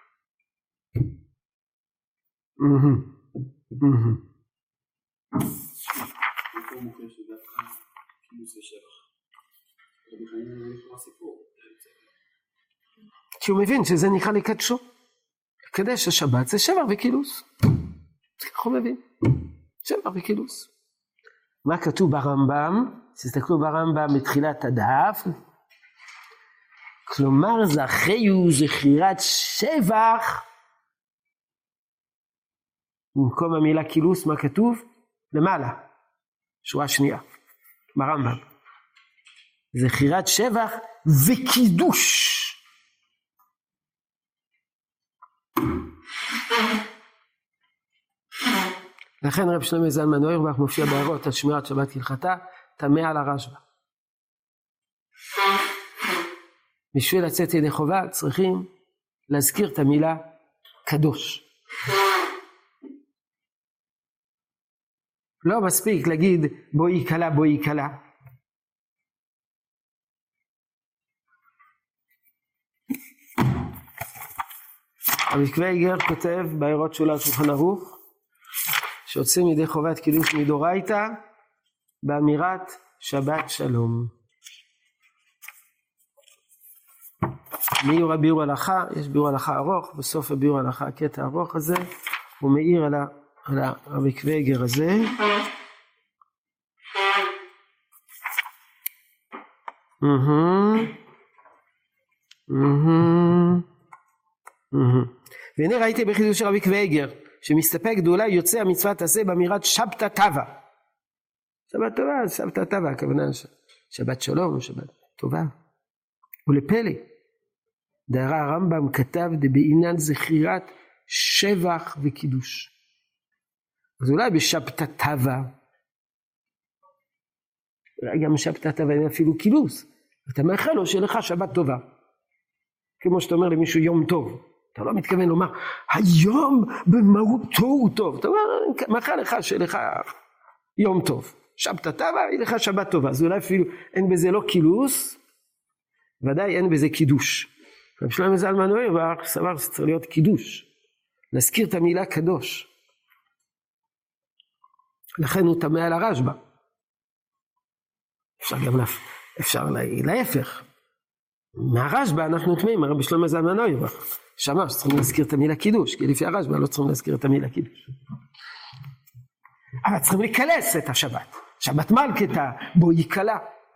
כי הוא מבין שזה נקרא לקדשו, לקדש השבת זה שבח וקילוס. כך הוא מבין, שבח וקילוס. מה כתוב ברמב"ם? תסתכלו ברמב"ם בתחילת הדף, כלומר זכיו זכירת שבח, במקום המילה קילוס מה כתוב? למעלה, שורה שנייה, ברמב"ם, זכירת שבח וקידוש. לכן רב שלמה זלמן אוירבך מופיע בהערות על שמירת שבת כהלכתה, טמא על הרשב"א. בשביל לצאת ידי חובה צריכים להזכיר את המילה קדוש. לא מספיק להגיד בואי קלה בואי קלה. רבי קוויגר כותב בהערות שולה על שולחן ערוך שיוצאים ידי חובת קידוש מדורייתא באמירת שבת שלום. מאיר הביאור הלכה, יש ביאור הלכה ארוך, בסוף הביאור הלכה הקטע הארוך הזה הוא מאיר על, ה, על הרבי קוויגר הזה. והנה ראיתי בחידוש של רבי קוויגר שמסתפק גדולה יוצא המצוות עשה באמירת שבתא טבא. שבת טובה, שבתא טבא, הכוונה שבת שלום, שבת טובה. ולפלא דהרה הרמב"ם כתב בעניין זכירת שבח וקידוש. אז אולי בשבתא טבא, אולי גם בשבתא טבא אין אפילו קילוס. אתה מאחל לו שיהיה לך שבת טובה. כמו שאתה אומר למישהו יום טוב. אתה לא מתכוון לומר, היום במהותו הוא טוב. אתה אומר, מאחל לך שיהיה לך יום טוב. שבתא טבא, יהיה לך שבת טובה. אז אולי אפילו אין בזה לא קילוס, ודאי אין בזה קידוש. רב שלמה זלמן אוירבך סבר שצריך להיות קידוש. להזכיר את המילה קדוש. לכן הוא טמא על הרשב"א. אפשר גם אפשר להפך. מהרשב"א אנחנו טמאים, רבי שלמה זלמן אוירבך. שאמר שצריכים להזכיר את המילה קידוש, כי לפי הרשב"א לא צריכים להזכיר את המילה קידוש. אבל צריכים לקלס את השבת. שבת מלכתא בו יקלה.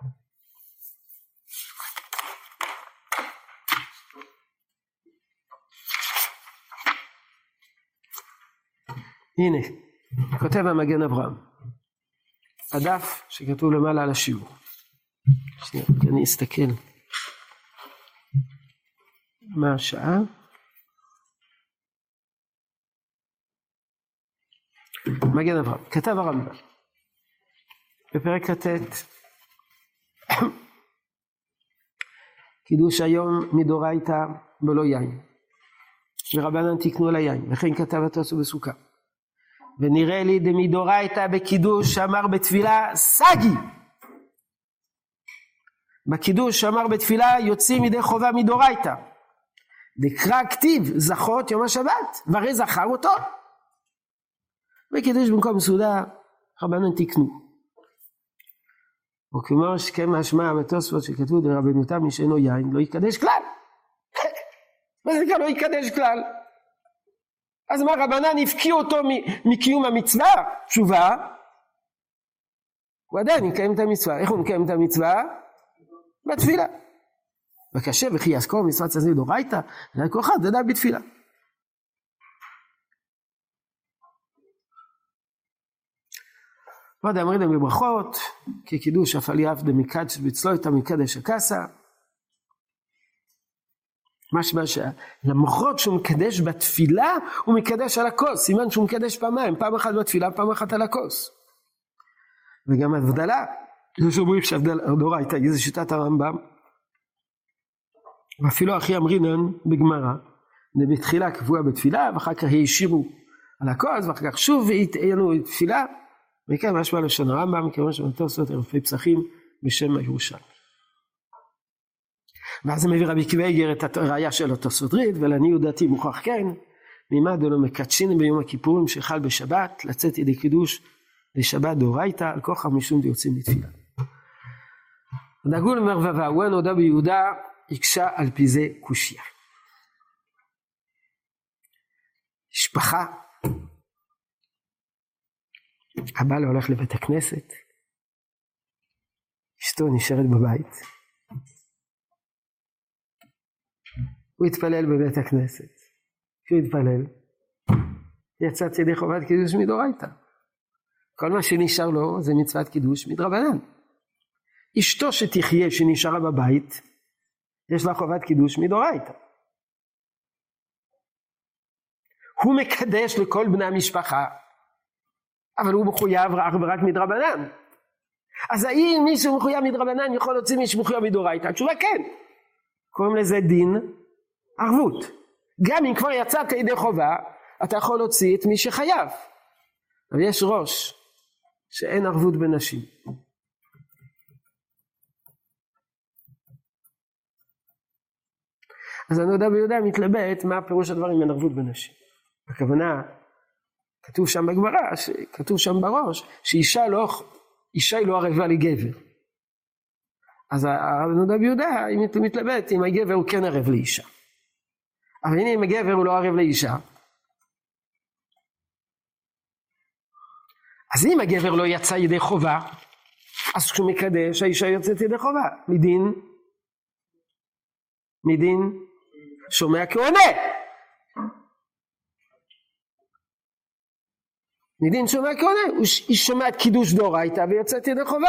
הנה, כותב המגן אברהם. הדף שכתוב למעלה על השיעור. שנייה, אני אסתכל. מה השעה? מגן אברהם, כתב הרמב"ם בפרק כ"ט קידוש היום מדורייתא בלא יין ורבנן תקנו על היין, וכן כתב התוספות בסוכה. ונראה לי דמדורייתא בקידוש שאמר בתפילה סגי. בקידוש שאמר בתפילה יוצאים ידי חובה מדורייתא. דקרא כתיב זכות יום השבת והרי זכר אותו. וקידוש במקום סעודה רבנן תקנו. או כמו שכן משמע בתוספות שכתבו דרבנותם מי שאינו יין לא יקדש כלל. מה זה כאן לא יקדש כלל? אז מה רבנן הפקיעו אותו מקיום המצווה? תשובה, הוא עדיין מקיים את המצווה. איך הוא מקיים את המצווה? בתפילה. וקשה וכי יזכור מצוות עשה דורייתא, רק כל אחד ידע בתפילה. ועוד אמרידם בברכות, כי קידוש אף עלי אף דמקדש בצלויתא מקדש הקסה. משמע שלמרות שהוא מקדש בתפילה, הוא מקדש על הכוס. סימן שהוא מקדש פעמיים, פעם אחת בתפילה, פעם אחת על הכוס. וגם הבדלה, יש אומרים שהבדלה דורייתא, זה שיטת הרמב"ם. ואפילו אחי אמרינן בגמרא, בתחילה קבוע בתפילה, ואחר כך הישירו על הכוס, ואחר כך שוב יתעיינו תפילה. וכן משמע לשון הרמב"ם, כמו שמתוספות אלפי פסחים בשם הירושלמי. ואז זה מביא רבי קוויגר את הראיה של אותו סודרית, ולעניות דעתי מוכח כן, מימד ולא מקדשין ביום הכיפורים שחל בשבת, לצאת ידי קידוש לשבת דורייתא, על כוחם משום דיוצאים לתפילה. דגול מרבבה, הוא נודע ביהודה, הקשה על פי זה קושיה. משפחה, הבעל הולך לבית הכנסת, אשתו נשארת בבית, הוא התפלל בבית הכנסת, כשהוא התפלל, יצאת ידי חובת קידוש מדורייתא. כל מה שנשאר לו זה מצוות קידוש מדרבנן. אשתו שתחיה שנשארה בבית, יש לה חובת קידוש מדורייתא. הוא מקדש לכל בני המשפחה, אבל הוא מחויב רק ורק מדרבנן. אז האם מישהו מחויב מדרבנן יכול להוציא מישהו מחויב מדאורייתא? התשובה כן. קוראים לזה דין ערבות. גם אם כבר יצאת ידי חובה, אתה יכול להוציא את מי שחייב. אבל יש ראש שאין ערבות בנשים. אז הנודע ביהודה מתלבט מה פירוש הדברים אין ערבות בנשים. הכוונה, כתוב שם בגמרא, כתוב שם בראש, שאישה לא, אישה היא לא ערבה לגבר. אז הנודע ביהודה מתלבט אם הגבר הוא כן ערב לאישה. אבל הנה אם הגבר הוא לא ערב לאישה, אז אם הגבר לא יצא ידי חובה, אז כשהוא מקדש, האישה יוצאת ידי חובה. מדין, מדין, שומע כהונה. מדין שומע כהונה, היא שומעת קידוש דאורייתא ויוצאת ידי חובה.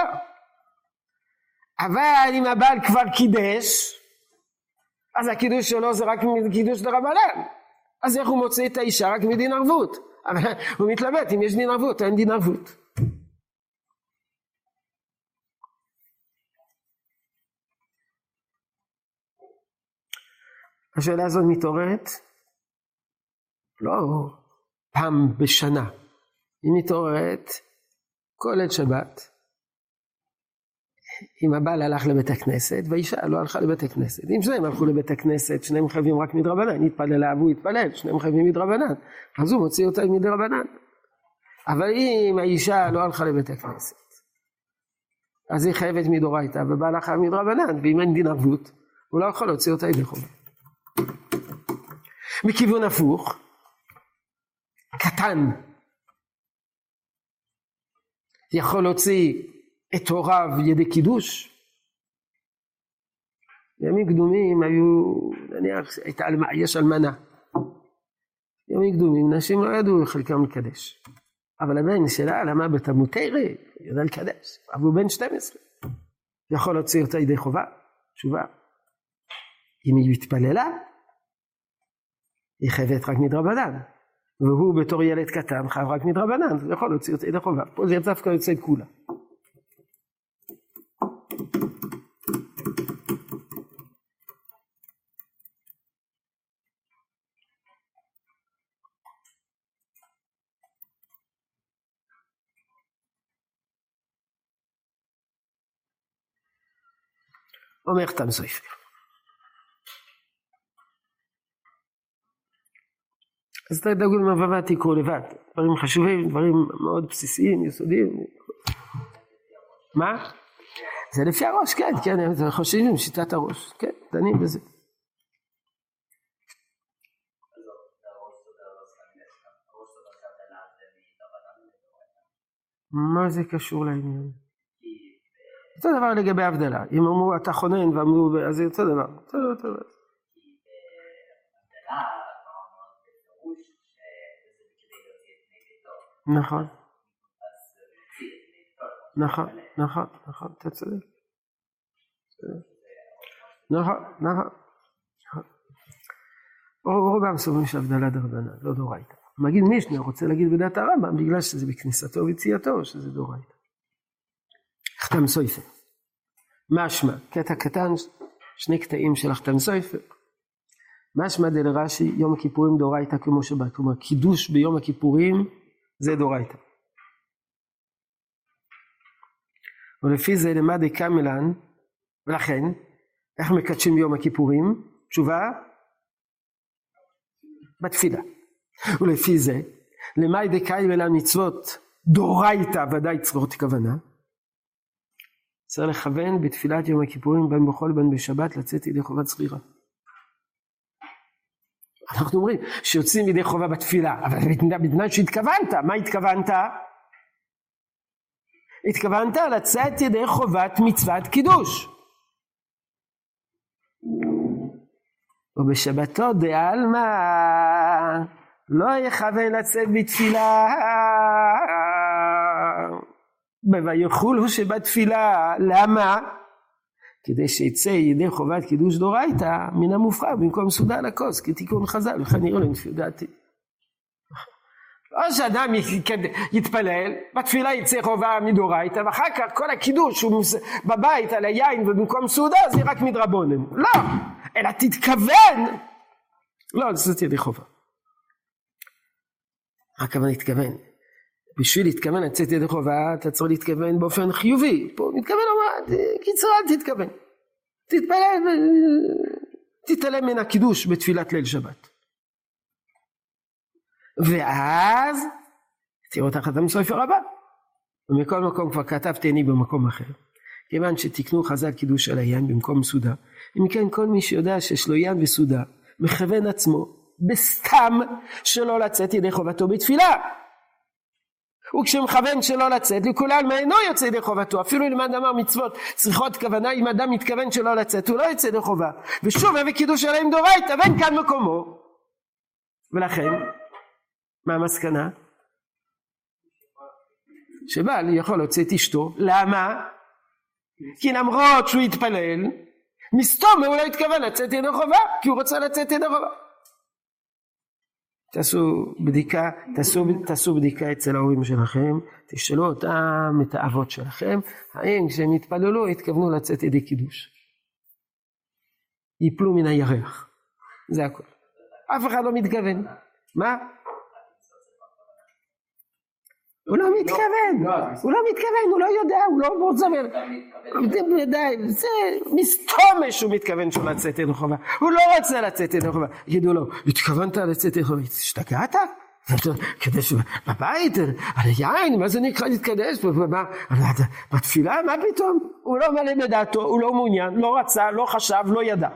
אבל אם הבעל כבר קידש, אז הקידוש שלו זה רק קידוש דרבנן. אז איך הוא מוצא את האישה? רק מדין ערבות. אבל הוא מתלבט אם יש דין ערבות או אין דין ערבות. השאלה הזאת מתעוררת לא פעם בשנה, היא מתעוררת כל עת שבת. אם הבעל הלך לבית הכנסת והאישה לא הלכה לבית הכנסת, אם שניהם הלכו לבית הכנסת, שניהם חייבים רק מדרבנן, יתפלל והוא יתפלל, שניהם חייבים מדרבנן, אז הוא מוציא אותה מדרבנן. אבל אם האישה לא הלכה לבית הכנסת, אז היא חייבת מדאורייתא ובעלה חייב מדרבנן, ואם אין דין ערבות הוא לא יכול להוציא אותה ידי חובה. מכיוון הפוך, קטן יכול להוציא את הוריו ידי קידוש. בימים קדומים היו, נניח, הייתה, יש אלמנה. בימים קדומים נשים לא ידעו חלקם לקדש. אבל הבן שלה למה בתלמוד תורה, ידע לקדש. אבל הוא בן שתים עשרה. יכול להוציא אותה ידי חובה, תשובה. אם היא מתפללה, היא חייבת רק מדרבנן. והוא בתור ילד קטן חייב רק מדרבנן, הוא יכול להוציא אותה ידי חובה. פה זה דווקא יוצא את כולה. אומר חתם סופר. אז תדאגו למבבה תקראו לבד. דברים חשובים, דברים מאוד בסיסיים, יסודיים. מה? זה לפי הראש, כן, כן, הם חושבים עם שיטת הראש. כן, דנים בזה. מה זה קשור לעניין? אותו דבר לגבי הבדלה. אם אמרו אתה חונן ואמרו אז זה אותו דבר. אותו דבר, אותו דבר. נכון. נכון, נכון, נכון, אתה צודק. נכון, נכון. רובם סוברים שהבדלה דרבנן, לא דאורייתא. מגיד משנה רוצה להגיד בדעת הרמב"ם בגלל שזה בכניסתו ויציאתו שזה דאורייתא. חתם סופר. משמע, קטע קטן, שני קטעים של חתם סופר. משמע דלרש"י יום הכיפורים דאורייתא כמו שבת. כלומר, קידוש ביום הכיפורים זה דאורייתא. ולפי זה למד קמלן, ולכן, איך מקדשים ביום הכיפורים? תשובה? בתפילה. ולפי זה, למד קמלן מצוות דאורייתא ודאי צריכות כוונה. צריך לכוון בתפילת יום הכיפורים בין בחול בין בשבת לצאת ידי חובת זכירה. אנחנו אומרים שיוצאים ידי חובה בתפילה, אבל בתנאי שהתכוונת, מה התכוונת? התכוונת לצאת ידי חובת מצוות קידוש. ובשבתו דעלמא לא יכוון לצאת בתפילה. ויחולו שבתפילה, למה? כדי שיצא ידי חובת קידוש דאורייתא מן המובחר במקום סעודה על הכוס, כתיקון חז"ל, וכן נראה להם לפי דעתי. או שאדם יתפלל, בתפילה יצא חובה מדאורייתא, ואחר כך כל הקידוש הוא בבית על היין ובמקום סעודה, זה רק מדרבנן. לא, אלא תתכוון. לא, זאת ידי חובה. מה הכוונה להתכוון? בשביל להתכוון לצאת ידי חובה, אתה צריך להתכוון באופן חיובי. פה מתכוון לומר, קיצור, אל תתכוון. תתפלל, תתעלם מן הקידוש בתפילת ליל שבת. ואז תראו תחת המסופר הבא, ומכל מקום כבר כתבתי אני במקום אחר, כיוון שתקנו חז"ל קידוש על היין במקום סעודה. אם כן, כל מי שיודע שיש לו יין וסעודה מכוון עצמו בסתם שלא לצאת ידי חובתו בתפילה, וכשמכוון שלא לצאת לכולם מה אינו יוצא ידי חובתו. אפילו אם אדם אמר מצוות צריכות כוונה, אם אדם מתכוון שלא לצאת הוא לא יוצא ידי חובה, ושוב הביא קידוש עליהם דאורייתא ואין כאן מקומו. ולכן מה המסקנה? שבעל יכול להוציא את אשתו. למה? כי למרות שהוא יתפלל מסתום הוא לא יתכוון לצאת ידי חובה, כי הוא רוצה לצאת ידי חובה. תעשו בדיקה, תעשו, תעשו בדיקה אצל ההורים שלכם, תשאלו אותם את האבות שלכם, האם כשהם יתפללו התכוונו לצאת ידי קידוש, ייפלו מן הירח, זה הכל. אף אחד לא מתכוון. מה? הוא לא מתכוון, הוא לא מתכוון, הוא לא יודע, הוא לא רוצה, זה מסתומש שהוא מתכוון שהוא לצאת ידי חובה, הוא לא רוצה לצאת ידי חובה. יגידו לו, התכוונת לצאת ידי חובה, השתגעת? כדי שבבית, על היין, מה זה נקרא להתקדש? בתפילה, מה פתאום? הוא לא מלא בדעתו, הוא לא מעוניין, לא רצה, לא חשב, לא ידע.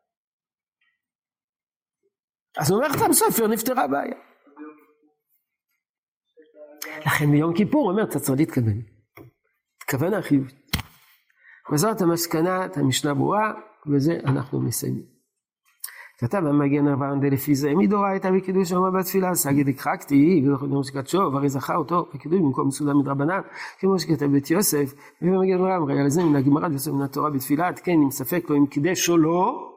אז הוא אומר לך, סופר, נפתרה הבעיה. לכן ביום כיפור הוא אומר, אתה צריך להתכוון. תכוון החיובית. וזאת המסקנה, את המשנה ברורה, וזה אנחנו מסיימים. כתב המגן רבן דלפי זה, מדאורייתא בקידוש אמר בתפילה, סגי דקחקתי, ולכן שכתשוב, הרי זכה אותו בקידוש במקום סעודה מדרבנן, כמו שכתב בית יוסף, ובמגן רבן, ראי על זה מן הגמרא ויוסף מן התורה בתפילה, כן, אם ספק לו אם קידש או לא,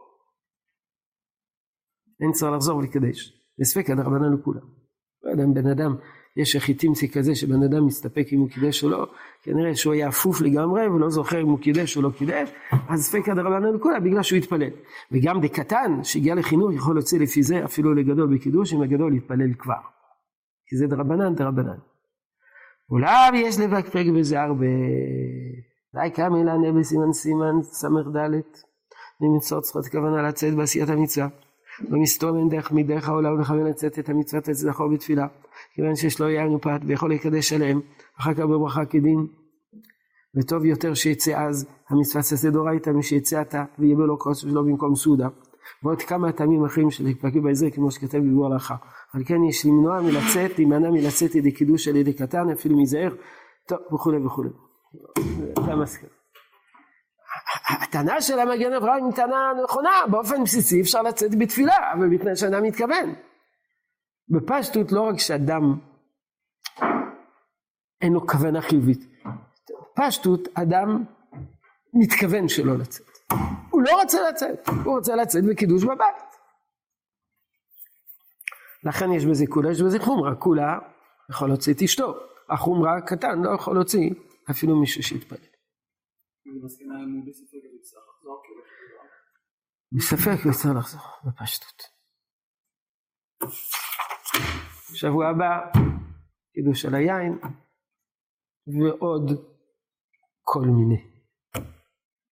אין צריך לחזור ולקדש. זה ספק הדרבנן לכולם. לא יודע, בן אדם, יש החיתימצי כזה שבן אדם מסתפק אם הוא קידש או לא, כנראה שהוא היה אפוף לגמרי ולא זוכר אם הוא קידש או לא קידש, אז ספק הדרבנן לכולם בגלל שהוא התפלל. וגם דקטן שהגיע לחינוך יכול להוציא לפי זה אפילו לגדול בקידוש, אם הגדול להתפלל כבר. כי זה דרבנן דרבנן. אולי יש לבקפק בזה הרבה. די כמה אילנה בסימן סימן סמך דלת. נמצאות צריכות כוונה לצאת בעשיית המצווה. ומסתום אין דרך מדרך העולם לכוון לצאת את המצווה תצלחו בתפילה. כיוון שיש לו יין ופת ויכול להיקדש עליהם אחר כך בברכה כדין, וטוב יותר שיצא אז המצווה תעשה דאורייתא משיצא עתה ויהיה בו לו כוס ולא במקום סעודה, ועוד כמה טעמים אחרים שלהתפקד בעזר כמו שכתב בגבור הלכה. על כן יש למנוע מלצאת, להימנע מלצאת ידי קידוש על ידי קטן, אפילו מזהר, טוב וכו' וכו'. זה המסקנה. הטענה של המגן אברהם היא טענה נכונה, באופן בסיסי אפשר לצאת בתפילה, אבל בתנאי שאדם מתכוון. בפשטות לא רק שאדם אין לו כוונה חיובית, פשטות אדם מתכוון שלא לצאת, הוא לא רוצה לצאת, הוא רוצה לצאת בקידוש בבית. לכן יש בזה כולה, יש בזה חומרה, כולה יכול להוציא את אשתו, החומרה הקטן לא יכול להוציא אפילו מישהו שיתפלל. בספק יצטרך לחזור בפשטות. שבוע הבא קידוש על היין ועוד כל מיני